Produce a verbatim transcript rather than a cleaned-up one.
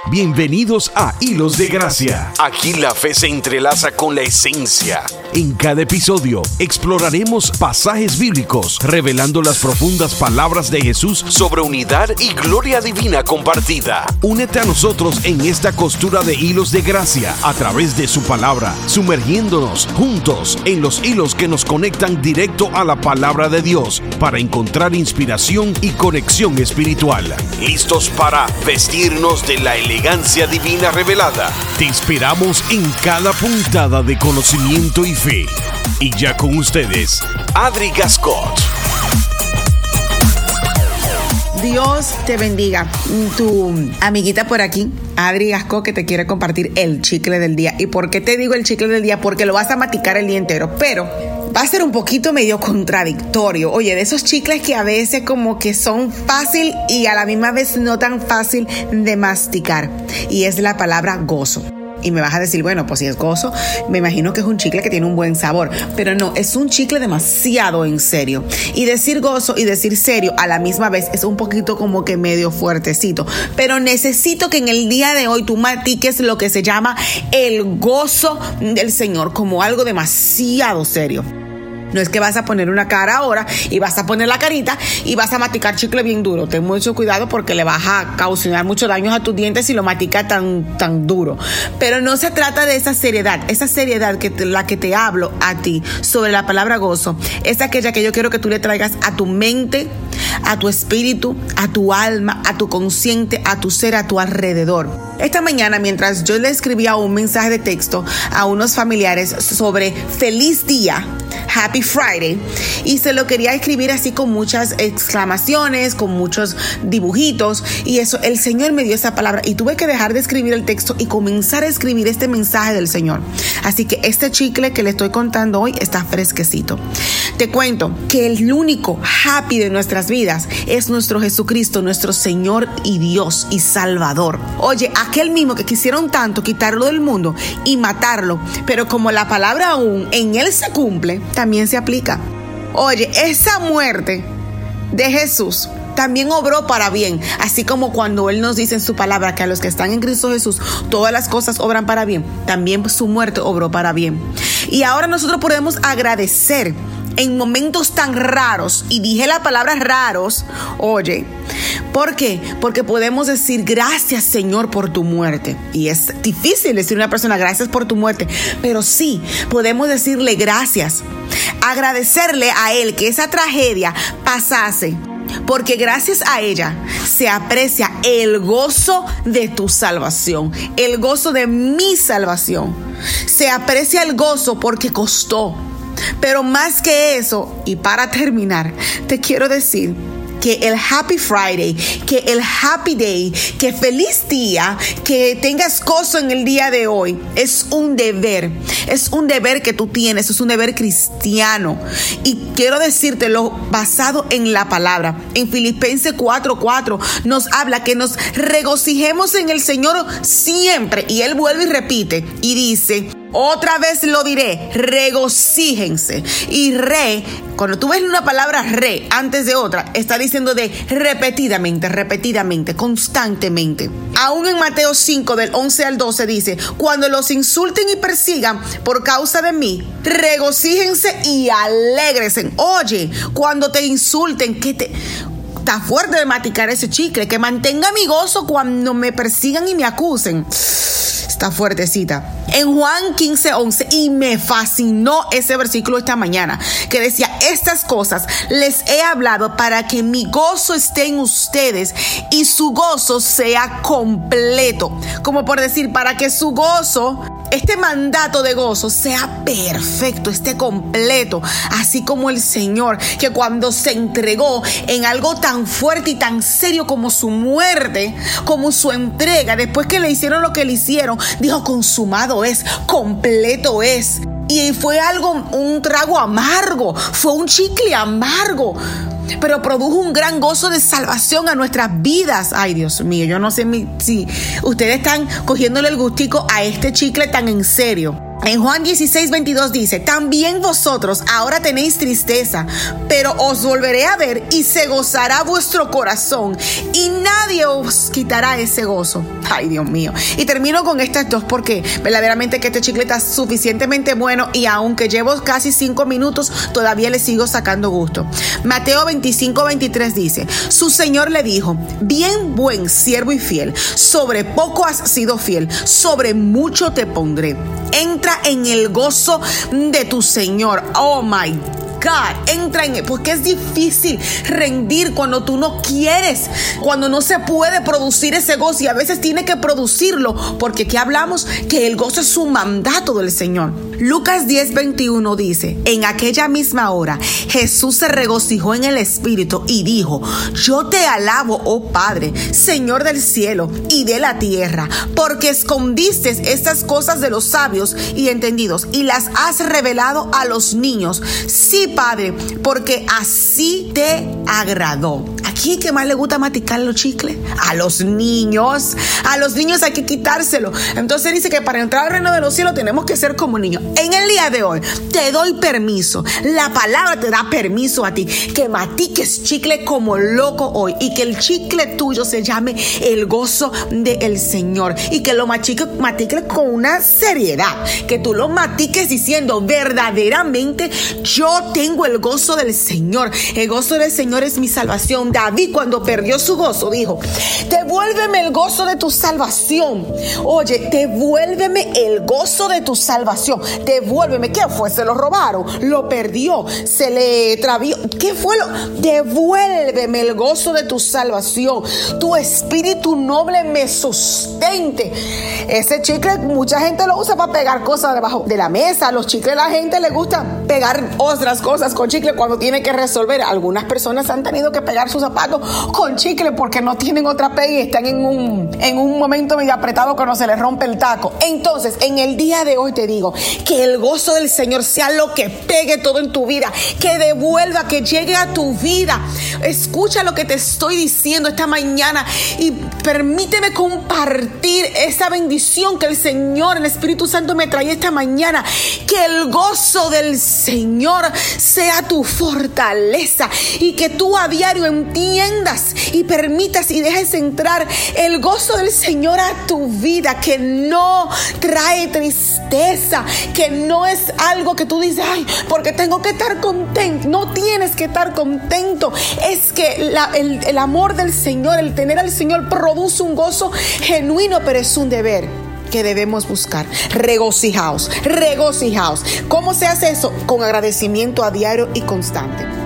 Bienvenidos a Hilos de Gracia. Aquí la fe se entrelaza con la esencia. En cada episodio exploraremos pasajes bíblicos revelando las profundas palabras de Jesús sobre unidad y gloria divina compartida. Únete a nosotros en esta costura de hilos de gracia a través de su palabra, sumergiéndonos juntos en los hilos que nos conectan directo a la palabra de Dios para encontrar inspiración y conexión espiritual. ¿Listos para vestirnos de la elegancia divina revelada? Te inspiramos en cada puntada de conocimiento y fe. Y ya con ustedes, Adri Gascot. Dios te bendiga. Tu amiguita por aquí, Adri Gascot, que te quiere compartir el chicle del día. ¿Y por qué te digo el chicle del día? Porque lo vas a maticar el día entero, pero va a ser un poquito medio contradictorio. Oye, de esos chicles que a veces como que son fácil y a la misma vez no tan fácil de masticar. Y es la palabra gozo. Y me vas a decir, bueno, pues si es gozo, me imagino que es un chicle que tiene un buen sabor. Pero no, es un chicle demasiado en serio. Y decir gozo y decir serio a la misma vez es un poquito como que medio fuertecito. Pero necesito que en el día de hoy tú matiques lo que se llama el gozo del Señor como algo demasiado serio. No es que vas a poner una cara ahora y vas a poner la carita y vas a maticar chicle bien duro. Ten mucho cuidado porque le vas a causar muchos daños a tus dientes si lo maticas tan, tan duro. Pero no se trata de esa seriedad. Esa seriedad que te, la que te hablo a ti sobre la palabra gozo es aquella que yo quiero que tú le traigas a tu mente, a tu espíritu, a tu alma, a tu consciente, a tu ser, a tu alrededor. Esta mañana, mientras yo le escribía un mensaje de texto a unos familiares sobre feliz día, Happy Friday, y se lo quería escribir así con muchas exclamaciones, con muchos dibujitos, y eso, el Señor me dio esa palabra y tuve que dejar de escribir el texto y comenzar a escribir este mensaje del Señor. Así que este chicle que le estoy contando hoy está fresquecito. Te cuento que el único happy de nuestras vidas es nuestro Jesucristo, nuestro Señor y Dios y Salvador. Oye, aquel mismo que quisieron tanto quitarlo del mundo y matarlo, pero como la palabra aún en él se cumple, también se aplica. Oye, esa muerte de Jesús también obró para bien, así como cuando Él nos dice en su palabra que a los que están en Cristo Jesús todas las cosas obran para bien, también su muerte obró para bien. Y ahora nosotros podemos agradecer en momentos tan raros, y dije la palabra raros, oye, ¿por qué? Porque podemos decir gracias, Señor, por tu muerte. Y es difícil decir a una persona gracias por tu muerte, pero sí podemos decirle gracias, agradecerle a Él que esa tragedia pasase, porque gracias a ella se aprecia el gozo de tu salvación, el gozo de mi salvación. Se aprecia el gozo porque costó. Pero más que eso, y para terminar, te quiero decir que el Happy Friday, que el Happy Day, que feliz día, que tengas gozo en el día de hoy, es un deber, es un deber que tú tienes, es un deber cristiano. Y quiero decírtelo basado en la palabra. En Filipenses cuatro cuatro nos habla que nos regocijemos en el Señor siempre. Y Él vuelve y repite y dice, otra vez lo diré, regocíjense. Y re, cuando tú ves una palabra re antes de otra, está diciendo de repetidamente, repetidamente, constantemente. Aún en Mateo cinco del once al doce dice, cuando los insulten y persigan por causa de mí, regocíjense y alégresen. Oye, cuando te insulten, que te... Está fuerte de maticar ese chicle, que mantenga mi gozo cuando me persigan y me acusen. Está fuertecita. En Juan quince once, y me fascinó ese versículo esta mañana, que decía, estas cosas les he hablado para que mi gozo esté en ustedes y su gozo sea completo. Como por decir, para que su gozo, este mandato de gozo sea perfecto, esté completo, así como el Señor, que cuando se entregó en algo tan fuerte y tan serio como su muerte, como su entrega, después que le hicieron lo que le hicieron, dijo, consumado es, completo es. Y fue algo, un trago amargo, fue un chicle amargo, pero produjo un gran gozo de salvación a nuestras vidas. Ay, Dios mío, yo no sé si ustedes están cogiéndole el gustico a este chicle tan en serio. En Juan dieciséis, veintidós dice: también vosotros ahora tenéis tristeza, pero os volveré a ver y se gozará vuestro corazón y nadie os quitará ese gozo. Ay, Dios mío. Y termino con estas dos porque verdaderamente que este chicle está suficientemente bueno y aunque llevo casi cinco minutos, todavía le sigo sacando gusto. Mateo veinticinco, veintitrés dice: su Señor le dijo: bien, buen siervo y fiel, sobre poco has sido fiel, sobre mucho te pondré. Entra en el gozo de tu Señor. Oh my God, entra en él, porque es difícil rendir cuando tú no quieres, cuando no se puede producir ese gozo y a veces tiene que producirlo, porque aquí hablamos que el gozo es un mandato del Señor. Lucas diez, veintiuno dice: en aquella misma hora Jesús se regocijó en el Espíritu y dijo: yo te alabo, oh Padre, Señor del cielo y de la tierra, porque escondiste estas cosas de los sabios y entendidos y las has revelado a los niños. Sí, Padre, porque así te agradó. Aquí, ¿qué más le gusta masticar los chicles? A los niños. A los niños hay que quitárselo. Entonces dice que para entrar al reino de los cielos tenemos que ser como niños. En el día de hoy te doy permiso. La palabra te da permiso a ti que mastiques chicle como loco hoy y que el chicle tuyo se llame el gozo del Señor y que lo mastiques, mastiques con una seriedad. Que tú lo mastiques diciendo: verdaderamente yo tengo el gozo del Señor. El gozo del Señor es mi salvación. David, cuando perdió su gozo, dijo: devuélveme el gozo de tu salvación. Oye, devuélveme el gozo de tu salvación. Devuélveme. ¿Qué fue? ¿Se lo robaron? ¿Lo perdió? ¿Se le travió? ¿Qué fue lo? Devuélveme el gozo de tu salvación. Tu espíritu noble me sustente. Ese chicle mucha gente lo usa para pegar cosas debajo de la mesa. Los chicles, la gente le gusta pegar otras cosas con chicle cuando tiene que resolver. Algunas personas han tenido que pegar sus zapatos con chicle porque no tienen otra pega y están en un, en un momento medio apretado cuando se les rompe el taco. Entonces, en el día de hoy te digo que el gozo del Señor sea lo que pegue todo en tu vida, que devuelva, que llegue a tu vida. Escucha lo que te estoy diciendo esta mañana y permíteme compartir esa bendición que el Señor, el Espíritu Santo me trae esta mañana. Que el gozo del Señor sea tu fortaleza y que tú a diario entiendas y permitas y dejes entrar el gozo del Señor a tu vida, que no trae tristeza, que no es algo que tú dices: ay, porque tengo que estar contento. No tienes que estar contento. Es que la, el, el amor del Señor, el tener al Señor produce un gozo genuino, pero es un deber que debemos buscar. Regocijaos, regocijaos. ¿Cómo se hace eso? Con agradecimiento a diario y constante.